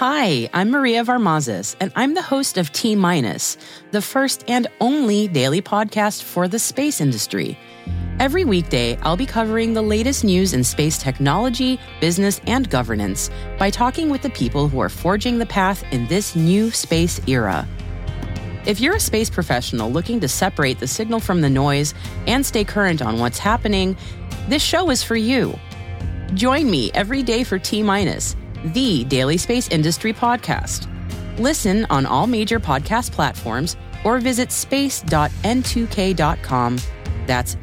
Hi, I'm Maria Varmazes, and I'm the host of T-Minus, the first and only daily podcast for the space industry. Every weekday, I'll be covering the latest news in space technology, business, and governance by talking with the people who are forging the path in this new space era. If you're a space professional looking to separate the signal from the noise and stay current on what's happening, this show is for you. Join me every day for T-Minus, the daily space industry podcast. Listen on all major podcast platforms or visit space.n2k.com. That's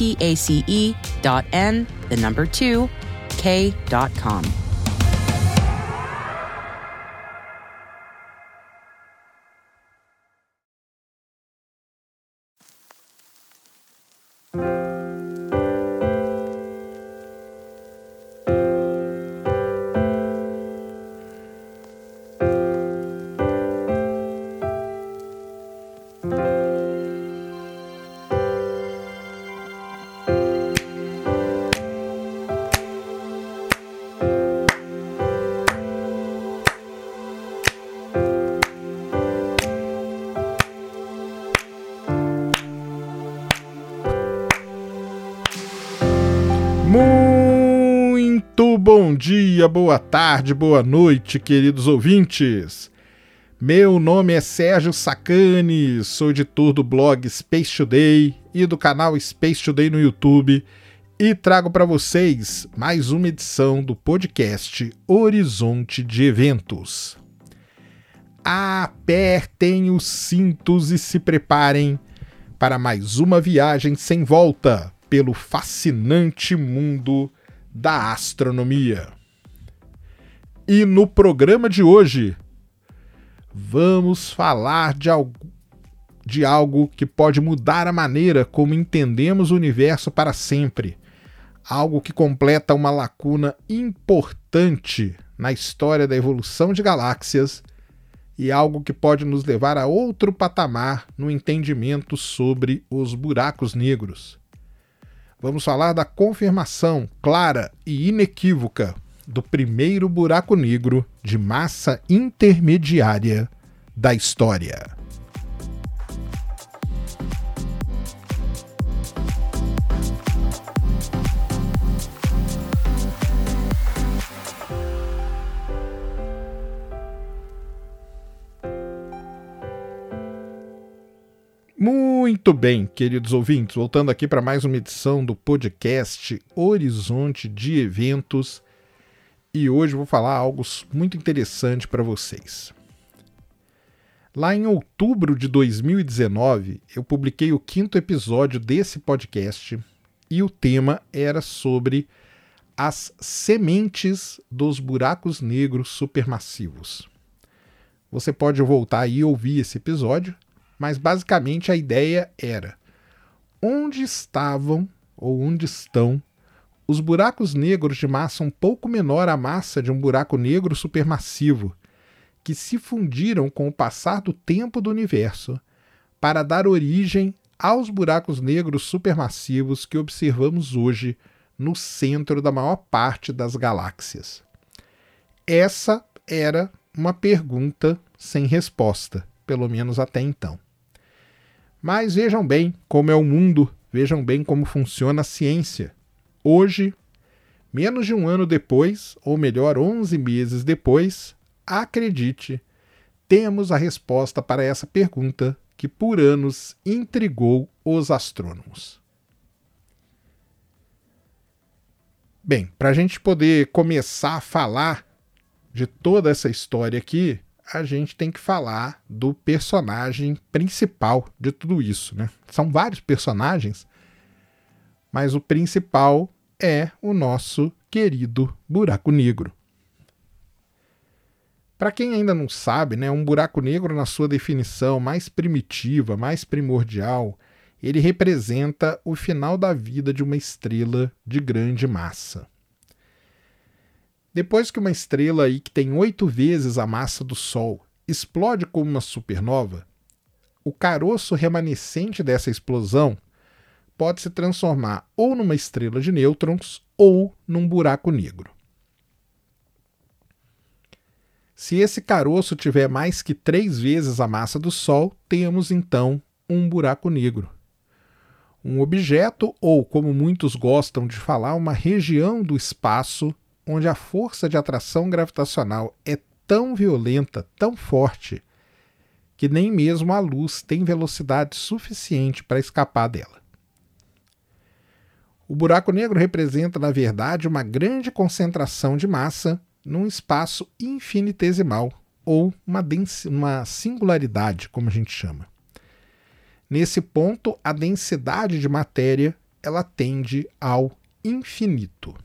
space.n2k.com. Muito bom dia, boa tarde, boa noite, queridos ouvintes. Meu nome é Sérgio Sacani, sou editor do blog Space Today e do canal Space Today no YouTube e trago para vocês mais uma edição do podcast Horizonte de Eventos. Apertem os cintos e se preparem para mais uma viagem sem volta pelo fascinante mundo da astronomia. E no programa de hoje, vamos falar de algo que pode mudar a maneira como entendemos o universo para sempre. Algo que completa uma lacuna importante na história da evolução de galáxias e algo que pode nos levar a outro patamar no entendimento sobre os buracos negros. Vamos falar da confirmação clara e inequívoca do primeiro buraco negro de massa intermediária da história. Muito bem, queridos ouvintes, voltando aqui para mais uma edição do podcast Horizonte de Eventos, e hoje vou falar algo muito interessante para vocês. Lá em outubro de 2019, eu publiquei o 5º episódio desse podcast e o tema era sobre as sementes dos buracos negros supermassivos. Você pode voltar e ouvir esse episódio, mas basicamente a ideia era: onde estavam ou onde estão os buracos negros de massa um pouco menor à massa de um buraco negro supermassivo, que se fundiram com o passar do tempo do universo para dar origem aos buracos negros supermassivos que observamos hoje no centro da maior parte das galáxias? Essa era uma pergunta sem resposta, pelo menos até então. Mas vejam bem como é o mundo, vejam bem como funciona a ciência. Hoje, menos de um ano depois, ou melhor, 11 meses depois, acredite, temos a resposta para essa pergunta que por anos intrigou os astrônomos. Bem, para a gente poder começar a falar de toda essa história aqui, a gente tem que falar do personagem principal de tudo isso, né? São vários personagens, mas o principal é o nosso querido buraco negro. Para quem ainda não sabe, né, um buraco negro, na sua definição mais primitiva, mais primordial, ele representa o final da vida de uma estrela de grande massa. Depois que uma estrela aí que tem 8 vezes a massa do Sol explode como uma supernova, o caroço remanescente dessa explosão pode se transformar ou numa estrela de nêutrons ou num buraco negro. Se esse caroço tiver mais que 3 vezes a massa do Sol, temos então um buraco negro. Um objeto, ou como muitos gostam de falar, uma região do espaço onde a força de atração gravitacional é tão violenta, tão forte, que nem mesmo a luz tem velocidade suficiente para escapar dela. O buraco negro representa, na verdade, uma grande concentração de massa num espaço infinitesimal, ou uma singularidade, como a gente chama. Nesse ponto, a densidade de matéria ela tende ao infinito.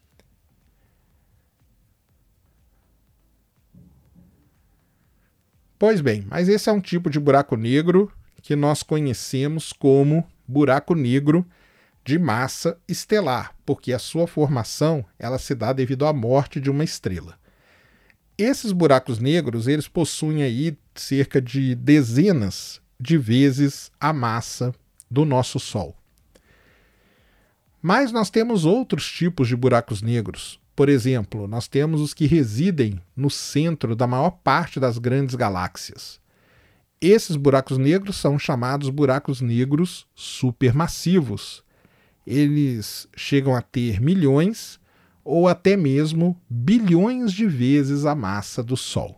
Pois bem, mas esse é um tipo de buraco negro que nós conhecemos como buraco negro de massa estelar, porque a sua formação ela se dá devido à morte de uma estrela. Esses buracos negros eles possuem aí cerca de dezenas de vezes a massa do nosso Sol. Mas nós temos outros tipos de buracos negros. Por exemplo, nós temos os que residem no centro da maior parte das grandes galáxias. Esses buracos negros são chamados buracos negros supermassivos. Eles chegam a ter milhões ou até mesmo bilhões de vezes a massa do Sol.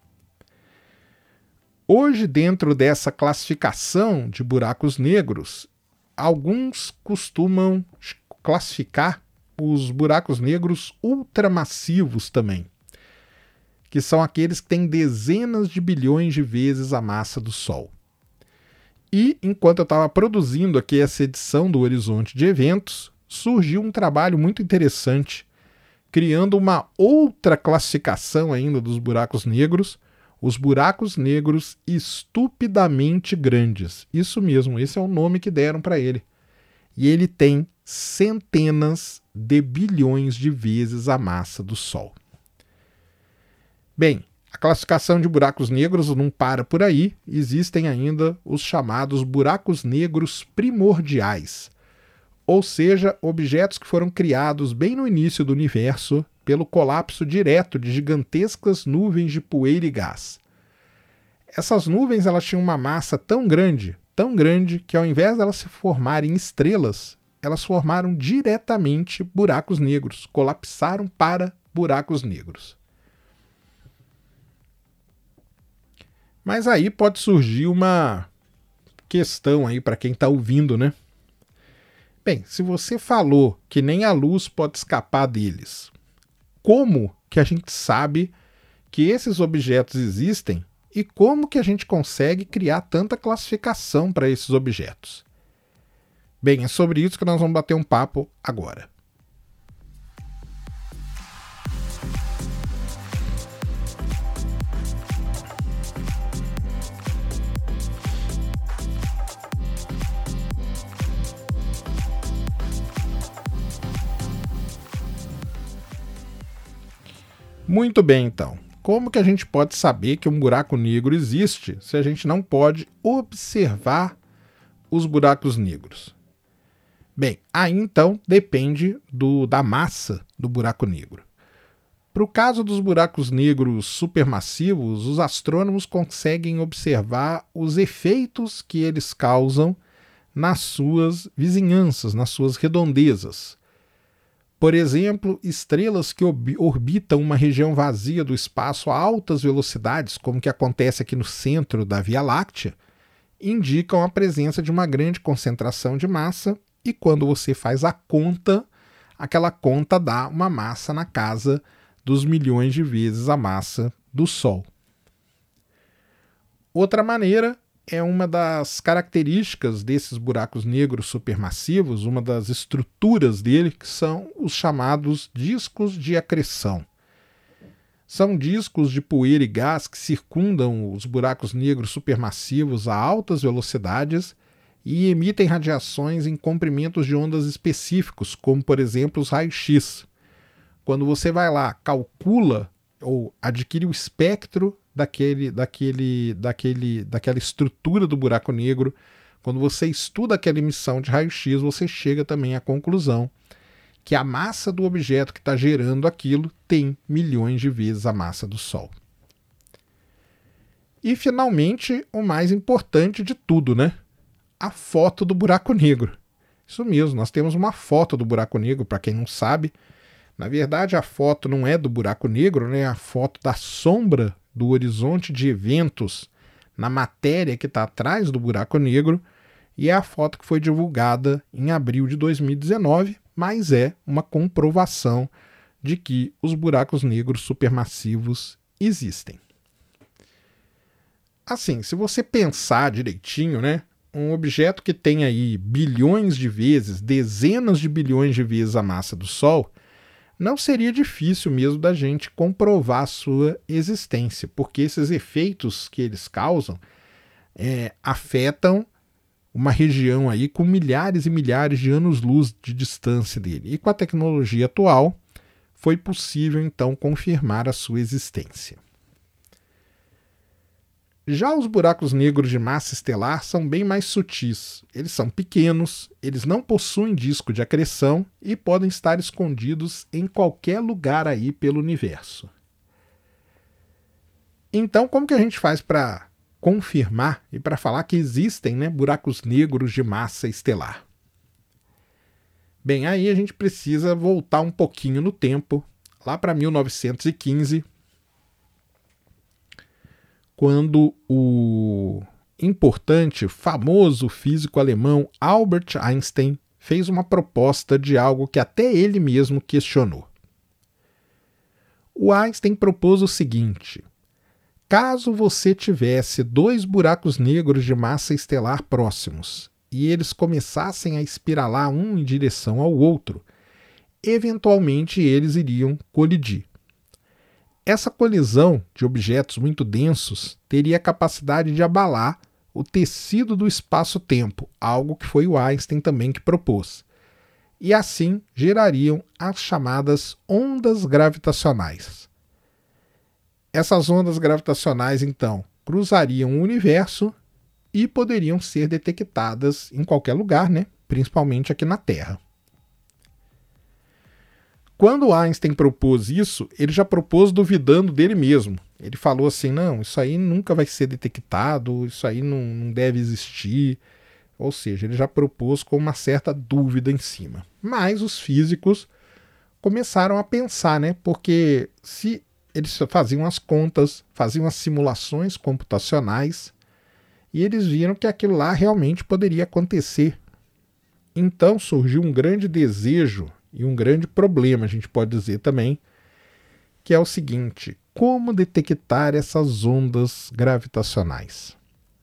Hoje, dentro dessa classificação de buracos negros, alguns costumam classificar os buracos negros ultramassivos também, que são aqueles que têm dezenas de bilhões de vezes a massa do Sol. E, enquanto eu estava produzindo aqui essa edição do Horizonte de Eventos, surgiu um trabalho muito interessante, criando uma outra classificação ainda dos buracos negros, os buracos negros estupidamente grandes. Isso mesmo, esse é o nome que deram para ele. E ele tem centenas de bilhões de vezes a massa do Sol. Bem, a classificação de buracos negros não para por aí, existem ainda os chamados buracos negros primordiais, ou seja, objetos que foram criados bem no início do universo pelo colapso direto de gigantescas nuvens de poeira e gás. Essas nuvens elas tinham uma massa tão grande, que ao invés de elas se formarem em estrelas, elas formaram diretamente buracos negros, colapsaram para buracos negros. Mas aí pode surgir uma questão aí para quem está ouvindo, né? Bem, se você falou que nem a luz pode escapar deles, como que a gente sabe que esses objetos existem e como que a gente consegue criar tanta classificação para esses objetos? Bem, é sobre isso que nós vamos bater um papo agora. Muito bem, então. Como que a gente pode saber que um buraco negro existe se a gente não pode observar os buracos negros? Bem, aí então depende da massa do buraco negro. Para o caso dos buracos negros supermassivos, os astrônomos conseguem observar os efeitos que eles causam nas suas vizinhanças, nas suas redondezas. Por exemplo, estrelas que orbitam uma região vazia do espaço a altas velocidades, como que acontece aqui no centro da Via Láctea, indicam a presença de uma grande concentração de massa, e quando você faz a conta, aquela conta dá uma massa na casa dos milhões de vezes a massa do Sol. Outra maneira é uma das características desses buracos negros supermassivos, uma das estruturas dele, que são os chamados discos de acreção. São discos de poeira e gás que circundam os buracos negros supermassivos a altas velocidades e emitem radiações em comprimentos de ondas específicos, como por exemplo os raios-x. Quando você vai lá, calcula ou adquire o espectro daquela estrutura do buraco negro, quando você estuda aquela emissão de raio-x, você chega também à conclusão que a massa do objeto que está gerando aquilo tem milhões de vezes a massa do Sol. E, finalmente, o mais importante de tudo, né? A foto do buraco negro. Isso mesmo, nós temos uma foto do buraco negro, para quem não sabe. Na verdade, a foto não é do buraco negro, né? É a foto da sombra do horizonte de eventos na matéria que está atrás do buraco negro, e é a foto que foi divulgada em abril de 2019, mas é uma comprovação de que os buracos negros supermassivos existem. Assim, se você pensar direitinho, né, um objeto que tem aí bilhões de vezes, dezenas de bilhões de vezes a massa do Sol, não seria difícil mesmo da gente comprovar a sua existência, porque esses efeitos que eles causam afetam uma região aí com milhares e milhares de anos-luz de distância dele. E com a tecnologia atual, foi possível então confirmar a sua existência. Já os buracos negros de massa estelar são bem mais sutis. Eles são pequenos, eles não possuem disco de acreção e podem estar escondidos em qualquer lugar aí pelo universo. Então, como que a gente faz para confirmar e para falar que existem, né, buracos negros de massa estelar? Bem, aí a gente precisa voltar um pouquinho no tempo, lá para 1915, quando o importante, famoso físico alemão Albert Einstein fez uma proposta de algo que até ele mesmo questionou. O Einstein propôs o seguinte: caso você tivesse dois buracos negros de massa estelar próximos e eles começassem a espiralar um em direção ao outro, eventualmente eles iriam colidir. Essa colisão de objetos muito densos teria a capacidade de abalar o tecido do espaço-tempo, algo que foi o Einstein também que propôs. E assim gerariam as chamadas ondas gravitacionais. Essas ondas gravitacionais, então, cruzariam o universo e poderiam ser detectadas em qualquer lugar, né? Principalmente aqui na Terra. Quando Einstein propôs isso, ele já propôs duvidando dele mesmo. Ele falou assim, não, isso aí nunca vai ser detectado, isso aí não deve existir. Ou seja, ele já propôs com uma certa dúvida em cima. Mas os físicos começaram a pensar, né? Porque se eles faziam as contas, faziam as simulações computacionais, e eles viram que aquilo lá realmente poderia acontecer. Então surgiu um grande desejo e um grande problema, a gente pode dizer também, que é o seguinte: como detectar essas ondas gravitacionais?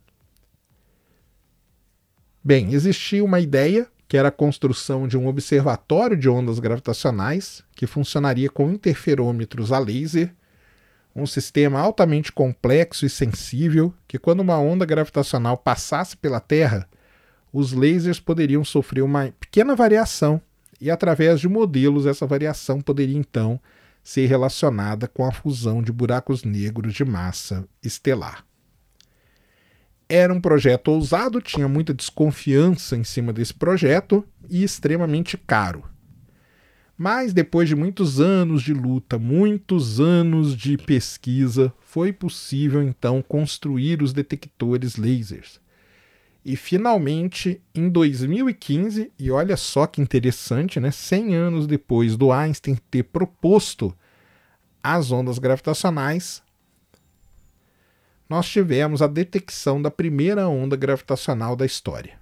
Bem, existia uma ideia, que era a construção de um observatório de ondas gravitacionais, que funcionaria com interferômetros a laser, um sistema altamente complexo e sensível, que quando uma onda gravitacional passasse pela Terra, os lasers poderiam sofrer uma pequena variação, e através de modelos essa variação poderia então ser relacionada com a fusão de buracos negros de massa estelar. Era um projeto ousado, tinha muita desconfiança em cima desse projeto e extremamente caro. Mas depois de muitos anos de luta, muitos anos de pesquisa, foi possível então construir os detectores lasers. E finalmente, em 2015, e olha só que interessante, né? 100 anos depois do Einstein ter proposto as ondas gravitacionais, nós tivemos a detecção da primeira onda gravitacional da história.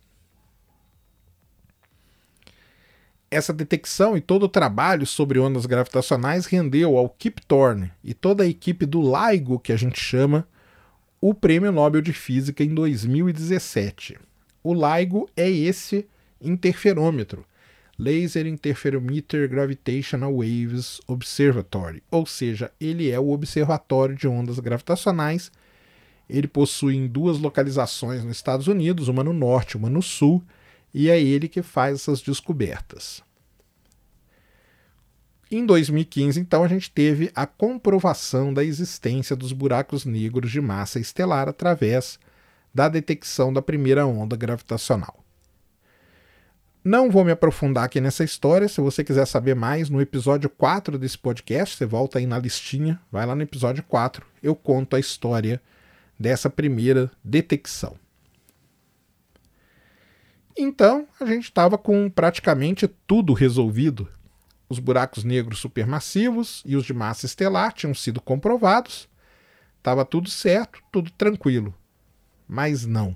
Essa detecção e todo o trabalho sobre ondas gravitacionais rendeu ao Kip Thorne e toda a equipe do LIGO, que a gente chama, o Prêmio Nobel de Física em 2017. O LIGO é esse interferômetro, Laser Interferometer Gravitational Waves Observatory, ou seja, ele é o observatório de ondas gravitacionais. Ele possui duas localizações nos Estados Unidos, uma no norte e uma no sul, e é ele que faz essas descobertas. Em 2015, então, a gente teve a comprovação da existência dos buracos negros de massa estelar através da detecção da primeira onda gravitacional. Não vou me aprofundar aqui nessa história. Se você quiser saber mais, no episódio 4 desse podcast, você volta aí na listinha, vai lá no episódio 4, eu conto a história dessa primeira detecção. Então, a gente estava com praticamente tudo resolvido. Os buracos negros supermassivos e os de massa estelar tinham sido comprovados. Estava tudo certo, tudo tranquilo. Mas não.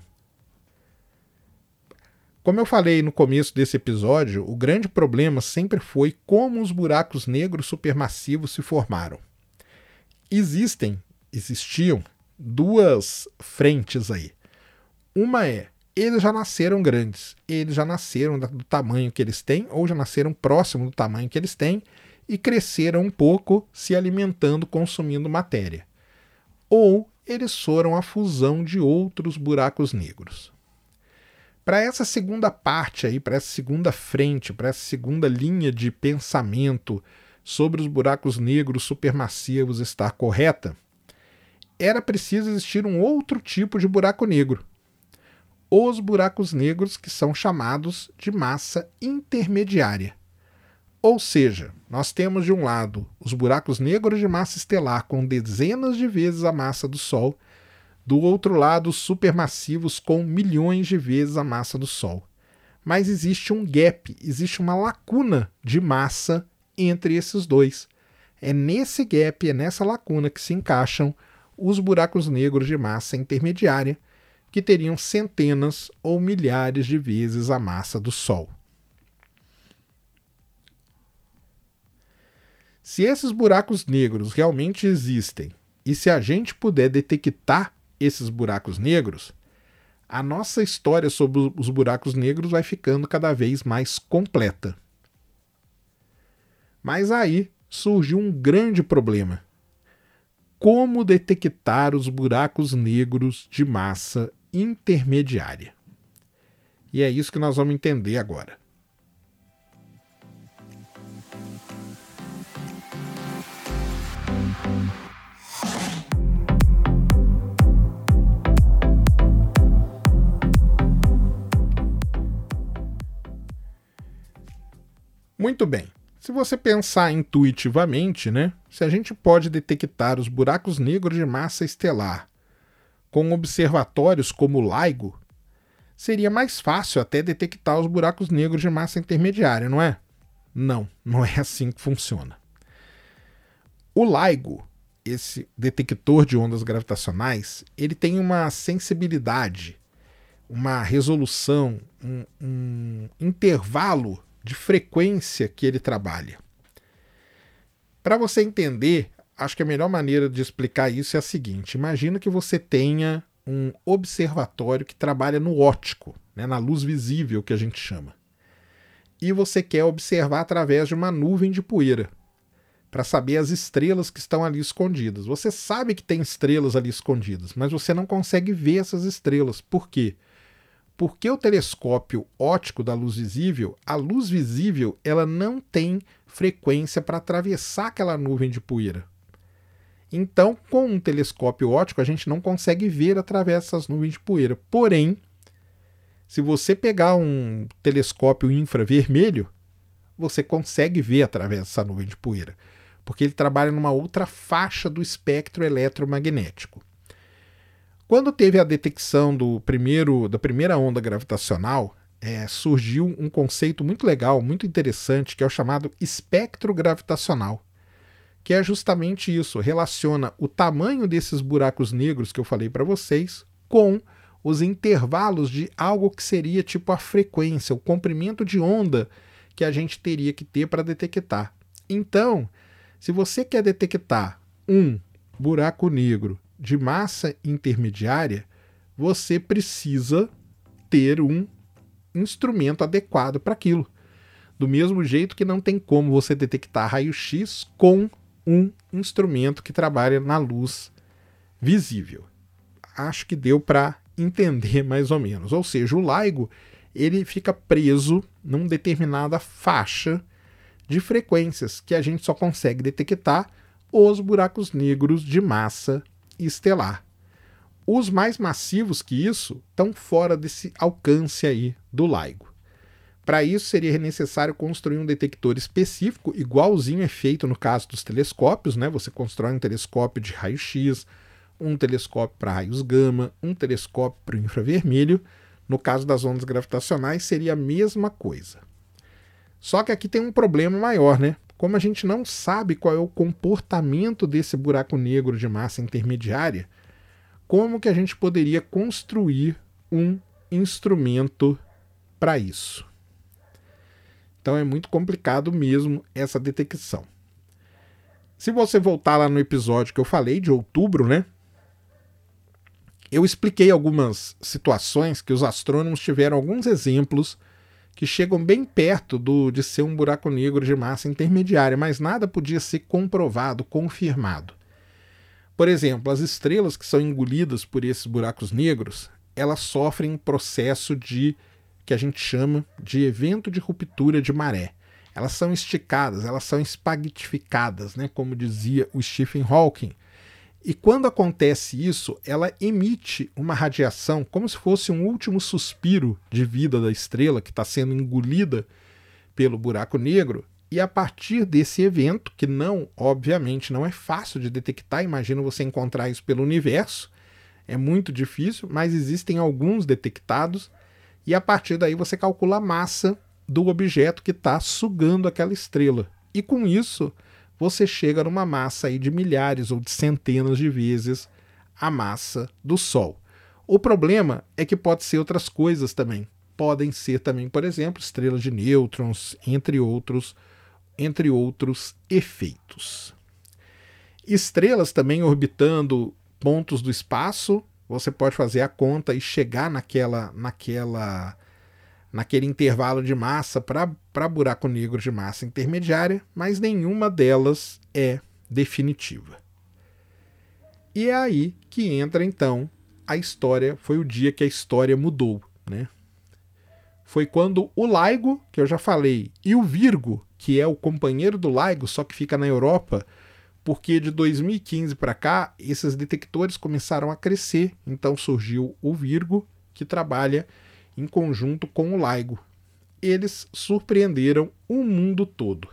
Como eu falei no começo desse episódio, o grande problema sempre foi como os buracos negros supermassivos se formaram. Existiam duas frentes aí. Uma é, eles já nasceram grandes, eles já nasceram do tamanho que eles têm, ou já nasceram próximo do tamanho que eles têm, e cresceram um pouco se alimentando, consumindo matéria. Ou eles foram a fusão de outros buracos negros. Para essa segunda parte aí, para essa segunda frente, para essa segunda linha de pensamento sobre os buracos negros supermassivos estar correta, era preciso existir um outro tipo de buraco negro. Os buracos negros que são chamados de massa intermediária. Ou seja, nós temos de um lado os buracos negros de massa estelar com dezenas de vezes a massa do Sol, do outro lado os supermassivos com milhões de vezes a massa do Sol. Mas existe um gap, existe uma lacuna de massa entre esses dois. É nesse gap, é nessa lacuna que se encaixam os buracos negros de massa intermediária, que teriam centenas ou milhares de vezes a massa do Sol. Se esses buracos negros realmente existem, e se a gente puder detectar esses buracos negros, a nossa história sobre os buracos negros vai ficando cada vez mais completa. Mas aí surgiu um grande problema. Como detectar os buracos negros de massa intermediária? E é isso que nós vamos entender agora. Muito bem. Se você pensar intuitivamente, se a gente pode detectar os buracos negros de massa estelar com observatórios como o LIGO, seria mais fácil até detectar os buracos negros de massa intermediária, não é? Não, não é assim que funciona. O LIGO, esse detector de ondas gravitacionais, ele tem uma sensibilidade, uma resolução, um intervalo de frequência que ele trabalha. Para você entender, acho que a melhor maneira de explicar isso é a seguinte: imagina que você tenha um observatório que trabalha no óptico, na luz visível que a gente chama, e você quer observar através de uma nuvem de poeira, para saber as estrelas que estão ali escondidas. Você sabe que tem estrelas ali escondidas, mas você não consegue ver essas estrelas. Por quê? Porque o telescópio óptico da luz visível, a luz visível, ela não tem frequência para atravessar aquela nuvem de poeira. Então, com um telescópio óptico, a gente não consegue ver através dessas nuvens de poeira. Porém, se você pegar um telescópio infravermelho, você consegue ver através dessa nuvem de poeira, porque ele trabalha numa outra faixa do espectro eletromagnético. Quando teve a detecção da primeira onda gravitacional, surgiu um conceito muito legal, muito interessante, que é o chamado espectro gravitacional, que é justamente isso, relaciona o tamanho desses buracos negros que eu falei para vocês com os intervalos de algo que seria tipo a frequência, o comprimento de onda que a gente teria que ter para detectar. Então, se você quer detectar um buraco negro de massa intermediária, você precisa ter um instrumento adequado para aquilo. Do mesmo jeito que não tem como você detectar raio-x com um instrumento que trabalha na luz visível. Acho que deu para entender mais ou menos. Ou seja, o LIGO ele fica preso numa determinada faixa de frequências que a gente só consegue detectar os buracos negros de massa estelar. Os mais massivos que isso estão fora desse alcance aí do LIGO. Para isso seria necessário construir um detector específico, igualzinho é feito no caso dos telescópios, Você constrói um telescópio de raio-x, um telescópio para raios gama, um telescópio para o infravermelho. No caso das ondas gravitacionais, seria a mesma coisa. Só que aqui tem um problema maior, né? Como a gente não sabe qual é o comportamento desse buraco negro de massa intermediária, como que a gente poderia construir um instrumento para isso? Então é muito complicado mesmo essa detecção. Se você voltar lá no episódio que eu falei, de outubro, né? Eu expliquei algumas situações que os astrônomos tiveram alguns exemplos que chegam bem perto de ser um buraco negro de massa intermediária, mas nada podia ser comprovado, confirmado. Por exemplo, as estrelas que são engolidas por esses buracos negros, elas sofrem um processo que a gente chama de evento de ruptura de maré. Elas são esticadas, elas são espaguetificadas, né, como dizia o Stephen Hawking. E quando acontece isso, ela emite uma radiação como se fosse um último suspiro de vida da estrela que está sendo engolida pelo buraco negro. E a partir desse evento, que obviamente não é fácil de detectar, imagina você encontrar isso pelo universo, é muito difícil, mas existem alguns detectados, e a partir daí você calcula a massa do objeto que está sugando aquela estrela. E com isso, você chega numa massa aí de milhares ou de centenas de vezes a massa do Sol. O problema é que pode ser outras coisas também. Podem ser também, por exemplo, estrelas de nêutrons, entre outros efeitos. Estrelas também orbitando pontos do espaço, você pode fazer a conta e chegar naquele intervalo de massa para buraco negro de massa intermediária, mas nenhuma delas é definitiva. E é aí que entra então a história, foi o dia que a história mudou, né? Foi quando o LIGO, que eu já falei, e o Virgo, que é o companheiro do LIGO, só que fica na Europa, porque de 2015 para cá, esses detectores começaram a crescer, então surgiu o Virgo, que trabalha em conjunto com o LIGO. Eles surpreenderam o mundo todo.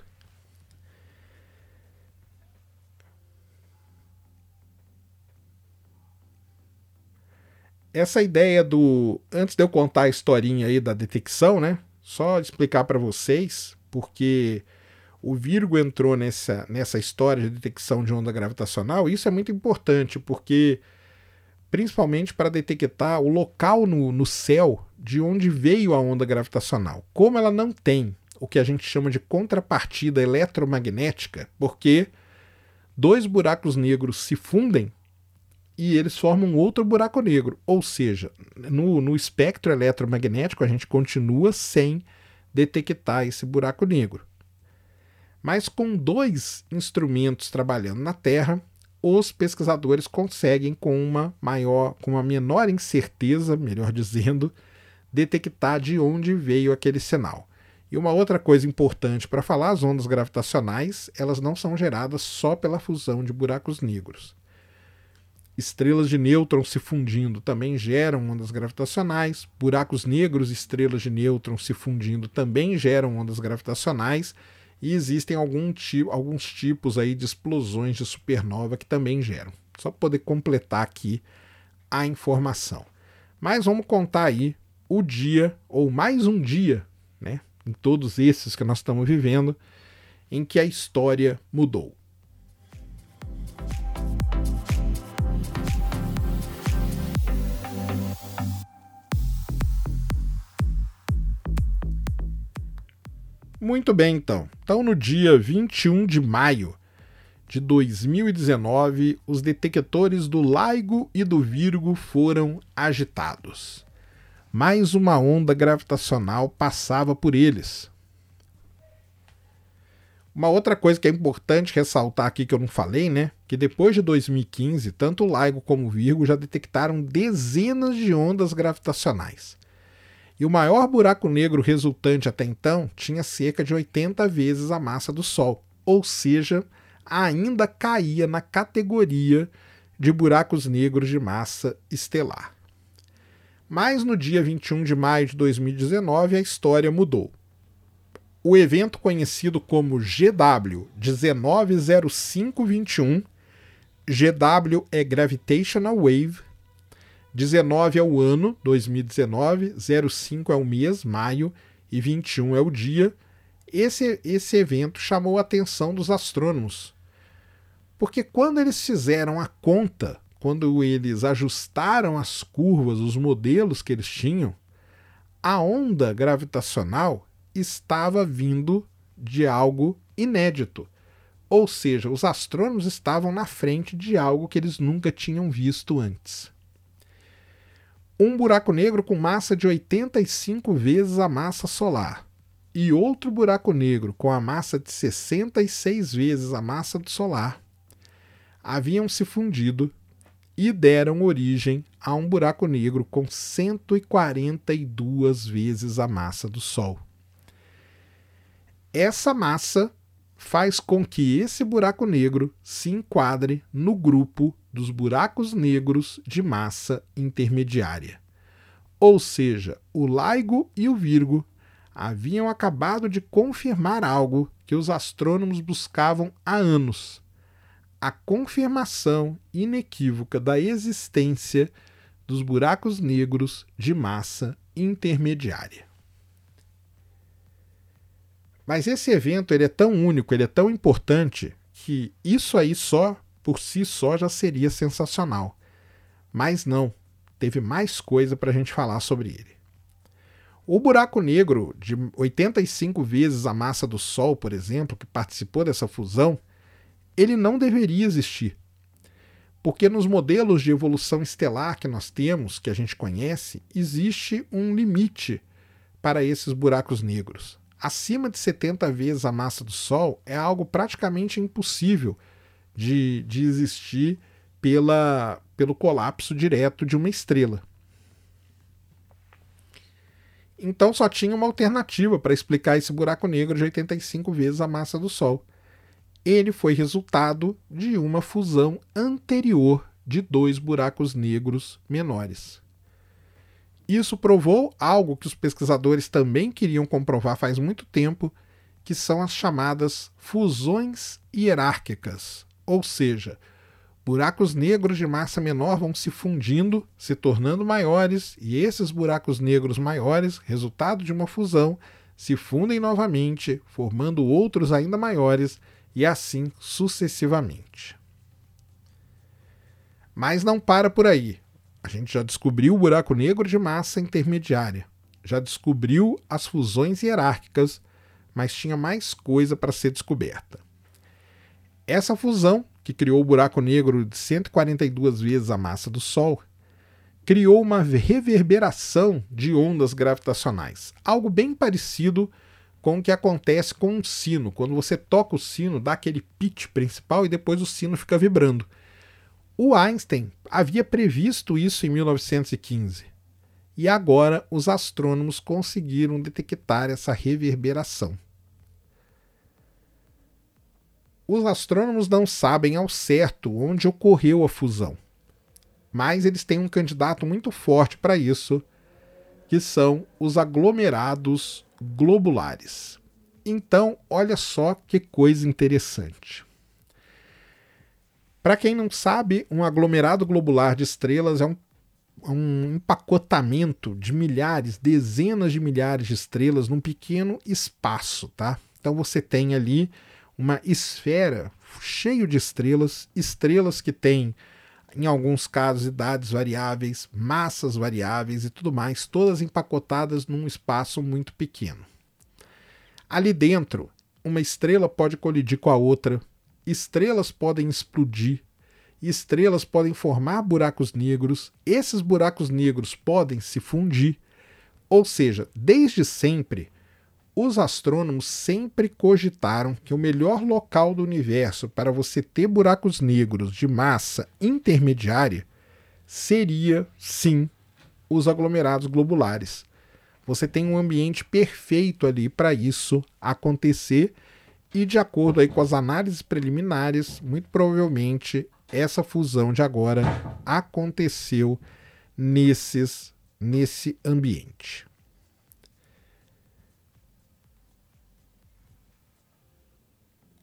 Essa ideia antes de eu contar a historinha aí da detecção, né? Só explicar para vocês, porque o Virgo entrou nessa história de detecção de onda gravitacional, e isso é muito importante, porque principalmente para detectar o local no céu de onde veio a onda gravitacional. Como ela não tem o que a gente chama de contrapartida eletromagnética, porque dois buracos negros se fundem e eles formam outro buraco negro. Ou seja, no espectro eletromagnético a gente continua sem detectar esse buraco negro. Mas com dois instrumentos trabalhando na Terra, os pesquisadores conseguem, com uma menor incerteza, melhor dizendo, detectar de onde veio aquele sinal. E uma outra coisa importante para falar, as ondas gravitacionais, elas não são geradas só pela fusão de buracos negros. Estrelas de nêutrons se fundindo também geram ondas gravitacionais, buracos negros e estrelas de nêutrons se fundindo também geram ondas gravitacionais, e existem alguns tipos aí de explosões de supernova que também geram. Só para poder completar aqui a informação. Mas vamos contar aí o dia, ou mais um dia, né, em todos esses que nós estamos vivendo, em que a história mudou. Muito bem, então. Então, no dia 21 de maio de 2019, os detectores do LIGO e do Virgo foram agitados. Mais uma onda gravitacional passava por eles. Uma outra coisa que é importante ressaltar aqui que eu não falei, né? Que depois de 2015, tanto o LIGO como o Virgo já detectaram dezenas de ondas gravitacionais. E o maior buraco negro resultante até então tinha cerca de 80 vezes a massa do Sol, ou seja, ainda caía na categoria de buracos negros de massa estelar. Mas no dia 21 de maio de 2019 a história mudou. O evento conhecido como GW 190521 GW é Gravitational Wave, 19 é o ano, 2019, 05 é o mês, maio, e 21 é o dia. Esse evento chamou a atenção dos astrônomos, porque quando eles fizeram a conta, quando eles ajustaram as curvas, os modelos que eles tinham, a onda gravitacional estava vindo de algo inédito. Ou seja, os astrônomos estavam na frente de algo que eles nunca tinham visto antes. Um buraco negro com massa de 85 vezes a massa solar e outro buraco negro com a massa de 66 vezes a massa do solar haviam se fundido e deram origem a um buraco negro com 142 vezes a massa do Sol. Essa massa faz com que esse buraco negro se enquadre no grupo dos buracos negros de massa intermediária. Ou seja, o LIGO e o Virgo haviam acabado de confirmar algo que os astrônomos buscavam há anos: a confirmação inequívoca da existência dos buracos negros de massa intermediária. Mas esse evento ele é tão único, ele é tão importante, que isso aí por si só já seria sensacional. Mas não, teve mais coisa para a gente falar sobre ele. O buraco negro de 85 vezes a massa do Sol, por exemplo, que participou dessa fusão, ele não deveria existir. Porque nos modelos de evolução estelar que nós temos, que a gente conhece, existe um limite para esses buracos negros. Acima de 70 vezes a massa do Sol é algo praticamente impossível de existir pelo colapso direto de uma estrela. Então só tinha uma alternativa para explicar esse buraco negro de 85 vezes a massa do Sol. Ele foi resultado de uma fusão anterior de dois buracos negros menores. Isso provou algo que os pesquisadores também queriam comprovar faz muito tempo, que são as chamadas fusões hierárquicas, ou seja, buracos negros de massa menor vão se fundindo, se tornando maiores, e esses buracos negros maiores, resultado de uma fusão, se fundem novamente, formando outros ainda maiores, e assim sucessivamente. Mas não para por aí. A gente já descobriu o buraco negro de massa intermediária, já descobriu as fusões hierárquicas, mas tinha mais coisa para ser descoberta. Essa fusão, que criou o buraco negro de 142 vezes a massa do Sol, criou uma reverberação de ondas gravitacionais, algo bem parecido com o que acontece com um sino. Quando você toca o sino, dá aquele pitch principal e depois o sino fica vibrando. O Einstein havia previsto isso em 1915 e agora os astrônomos conseguiram detectar essa reverberação. Os astrônomos não sabem ao certo onde ocorreu a fusão, mas eles têm um candidato muito forte para isso, que são os aglomerados globulares. Então, olha só que coisa interessante. Para quem não sabe, um aglomerado globular de estrelas é um empacotamento de milhares, dezenas de milhares de estrelas num pequeno espaço, tá? Então você tem ali uma esfera cheia de estrelas, estrelas que têm, em alguns casos, idades variáveis, massas variáveis e tudo mais, todas empacotadas num espaço muito pequeno. Ali dentro, uma estrela pode colidir com a outra, estrelas podem explodir, estrelas podem formar buracos negros, esses buracos negros podem se fundir, ou seja, desde sempre, os astrônomos sempre cogitaram que o melhor local do universo para você ter buracos negros de massa intermediária seria, sim, os aglomerados globulares. Você tem um ambiente perfeito ali para isso acontecer e, de acordo aí com as análises preliminares, muito provavelmente essa fusão de agora aconteceu nesse ambiente.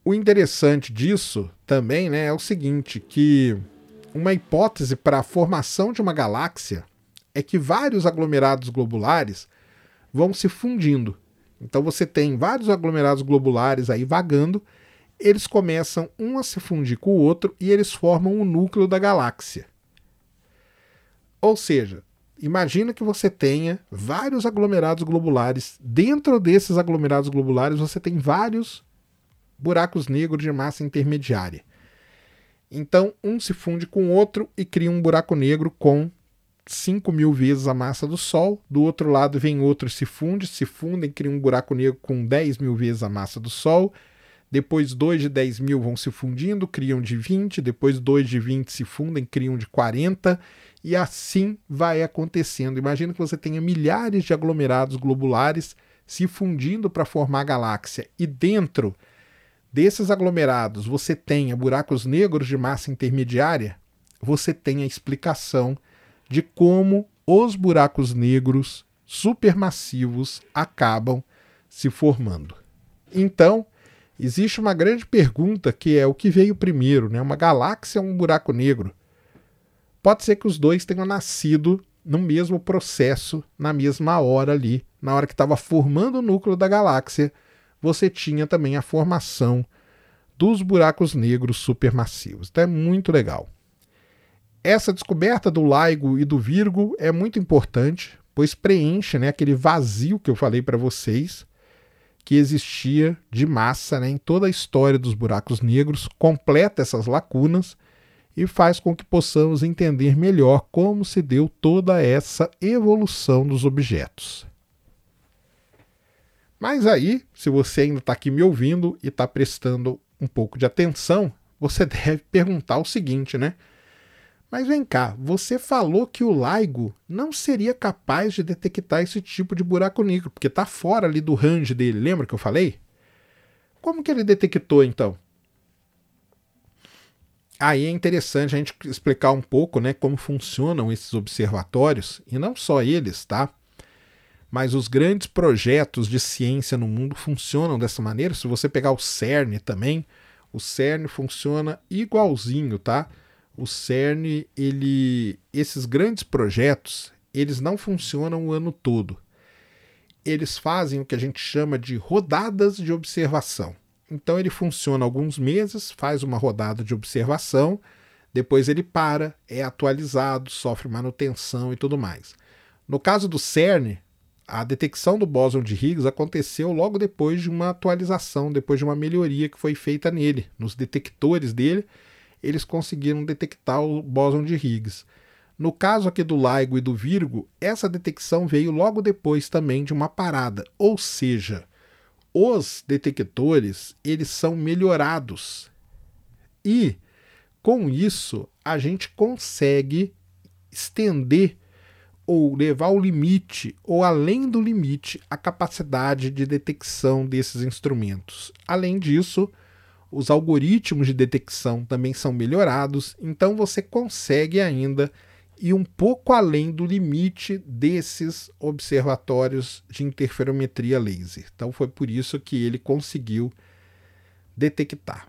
O interessante disso também, né, é o seguinte, que uma hipótese para a formação de uma galáxia é que vários aglomerados globulares vão se fundindo. Então você tem vários aglomerados globulares aí vagando, eles começam um a se fundir com o outro e eles formam o núcleo da galáxia. Ou seja, imagina que você tenha vários aglomerados globulares. Dentro desses aglomerados globulares você tem vários buracos negros de massa intermediária. Então, um se funde com o outro e cria um buraco negro com 5.000 vezes a massa do Sol. Do outro lado vem outro, se fundem, cria um buraco negro com 10.000 vezes a massa do Sol. Depois 2 de 10.000 vão se fundindo, criam de 20. Depois 2 de 20 se fundem, criam de 40. E assim vai acontecendo. Imagina que você tenha milhares de aglomerados globulares se fundindo para formar a galáxia. E dentro desses aglomerados você tenha buracos negros de massa intermediária, você tem a explicação de como os buracos negros supermassivos acabam se formando. Então, existe uma grande pergunta que é o que veio primeiro, né? Uma galáxia ou um buraco negro? Pode ser que os dois tenham nascido no mesmo processo, na mesma hora ali, na hora que estava formando o núcleo da galáxia, você tinha também a formação dos buracos negros supermassivos. Então é muito legal. Essa descoberta do LIGO e do Virgo é muito importante, pois preenche, né, aquele vazio que eu falei para vocês, que existia de massa, né, em toda a história dos buracos negros, completa essas lacunas e faz com que possamos entender melhor como se deu toda essa evolução dos objetos. Mas aí, se você ainda está aqui me ouvindo e está prestando um pouco de atenção, você deve perguntar o seguinte, né? Mas vem cá, você falou que o LIGO não seria capaz de detectar esse tipo de buraco negro, porque está fora ali do range dele, lembra que eu falei? Como que ele detectou então? Aí é interessante a gente explicar um pouco, né, como funcionam esses observatórios, e não só eles, tá? Mas os grandes projetos de ciência no mundo funcionam dessa maneira. Se você pegar o CERN também, o CERN funciona igualzinho, tá? O CERN, esses grandes projetos, eles não funcionam o ano todo. Eles fazem o que a gente chama de rodadas de observação. Então ele funciona alguns meses, faz uma rodada de observação, depois ele para, é atualizado, sofre manutenção e tudo mais. No caso do CERN, a detecção do bóson de Higgs aconteceu logo depois de uma atualização, depois de uma melhoria que foi feita nele. Nos detectores dele, eles conseguiram detectar o bóson de Higgs. No caso aqui do LIGO e do Virgo, essa detecção veio logo depois também de uma parada. Ou seja, os detectores, eles são melhorados. E, com isso, a gente consegue estender ou levar ao limite, ou além do limite, a capacidade de detecção desses instrumentos. Além disso, os algoritmos de detecção também são melhorados, então você consegue ainda ir um pouco além do limite desses observatórios de interferometria laser. Então foi por isso que ele conseguiu detectar.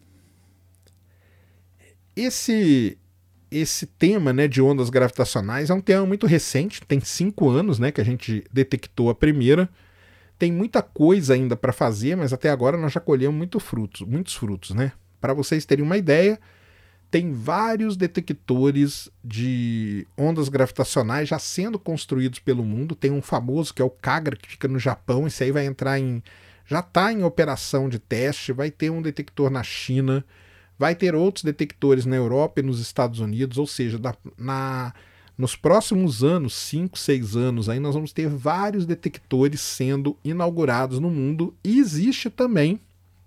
Esse tema, né, de ondas gravitacionais é um tema muito recente, tem 5 anos, né, que a gente detectou a primeira. Tem muita coisa ainda para fazer, mas até agora nós já colhemos muitos frutos, né? Para vocês terem uma ideia, tem vários detectores de ondas gravitacionais já sendo construídos pelo mundo. Tem um famoso que é o Kagra, que fica no Japão. Esse aí vai entrar já está em operação de teste. Vai ter um detector na China, vai ter outros detectores na Europa e nos Estados Unidos. Ou seja, nos próximos anos, 5, 6 anos, aí nós vamos ter vários detectores sendo inaugurados no mundo. E existe também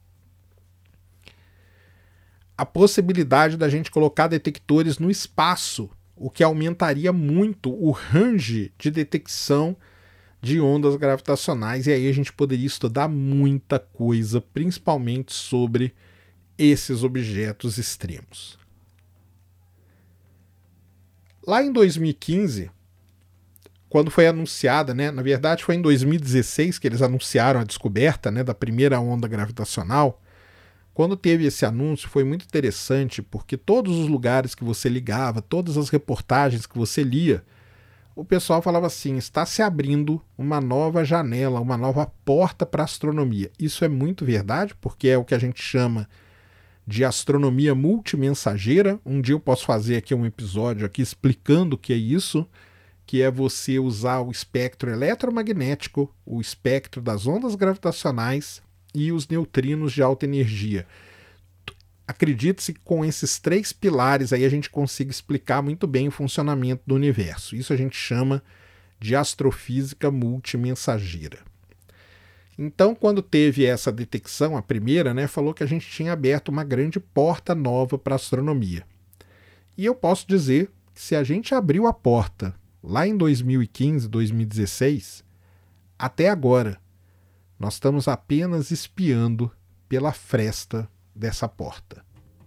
a possibilidade da gente colocar detectores no espaço, o que aumentaria muito o range de detecção de ondas gravitacionais, e aí a gente poderia estudar muita coisa, principalmente sobre esses objetos extremos. Lá em 2015, quando foi anunciada, né, na verdade foi em 2016 que eles anunciaram a descoberta, né, da primeira onda gravitacional. quando teve esse anúncio foi muito interessante, porque todos os lugares que você ligava, todas as reportagens que você lia, o pessoal falava assim, está se abrindo uma nova janela, uma nova porta para a astronomia. Isso é muito verdade, porque é o que a gente chama de astronomia multimensageira. Um dia eu posso fazer aqui um episódio aqui explicando o que é isso, que é você usar o espectro eletromagnético, o espectro das ondas gravitacionais e os neutrinos de alta energia. Acredite-se que com esses 3 pilares aí a gente consiga explicar muito bem o funcionamento do universo. Isso a gente chama de astrofísica multimensageira. Então, quando teve essa detecção, a primeira, falou que a gente tinha aberto uma grande porta nova para a astronomia. E eu posso dizer que se a gente abriu a porta lá em 2015, 2016, até agora, nós estamos apenas espiando pela fresta dessa porta.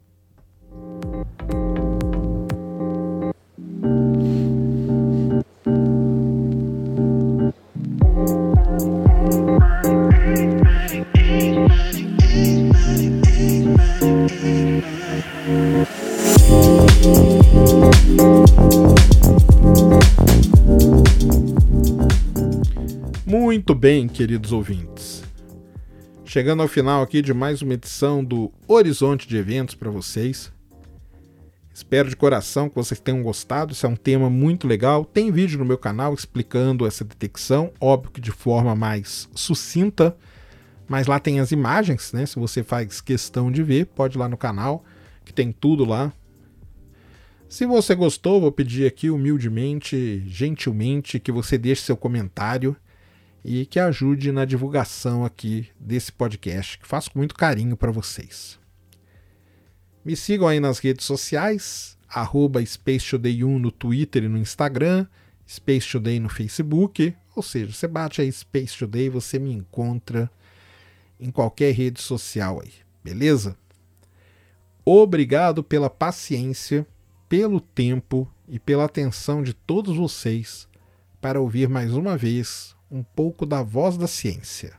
Muito bem, queridos ouvintes. Chegando ao final aqui de mais uma edição do Horizonte de Eventos para vocês. Espero de coração que vocês tenham gostado. Isso é um tema muito legal. Tem vídeo no meu canal explicando essa detecção, óbvio que de forma mais sucinta, mas lá tem as imagens, Se você faz questão de ver, pode ir lá no canal, que tem tudo lá. Se você gostou, vou pedir aqui humildemente, gentilmente, que você deixe seu comentário e que ajude na divulgação aqui desse podcast, que faço com muito carinho para vocês. Me sigam aí nas redes sociais, @SpaceToday1 no Twitter e no Instagram, Space Today no Facebook, ou seja, você bate aí Space Today e você me encontra em qualquer rede social aí, beleza? Obrigado pela paciência, pelo tempo e pela atenção de todos vocês para ouvir mais uma vez um pouco da voz da ciência.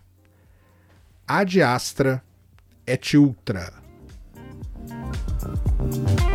Ad Astra et Ultra.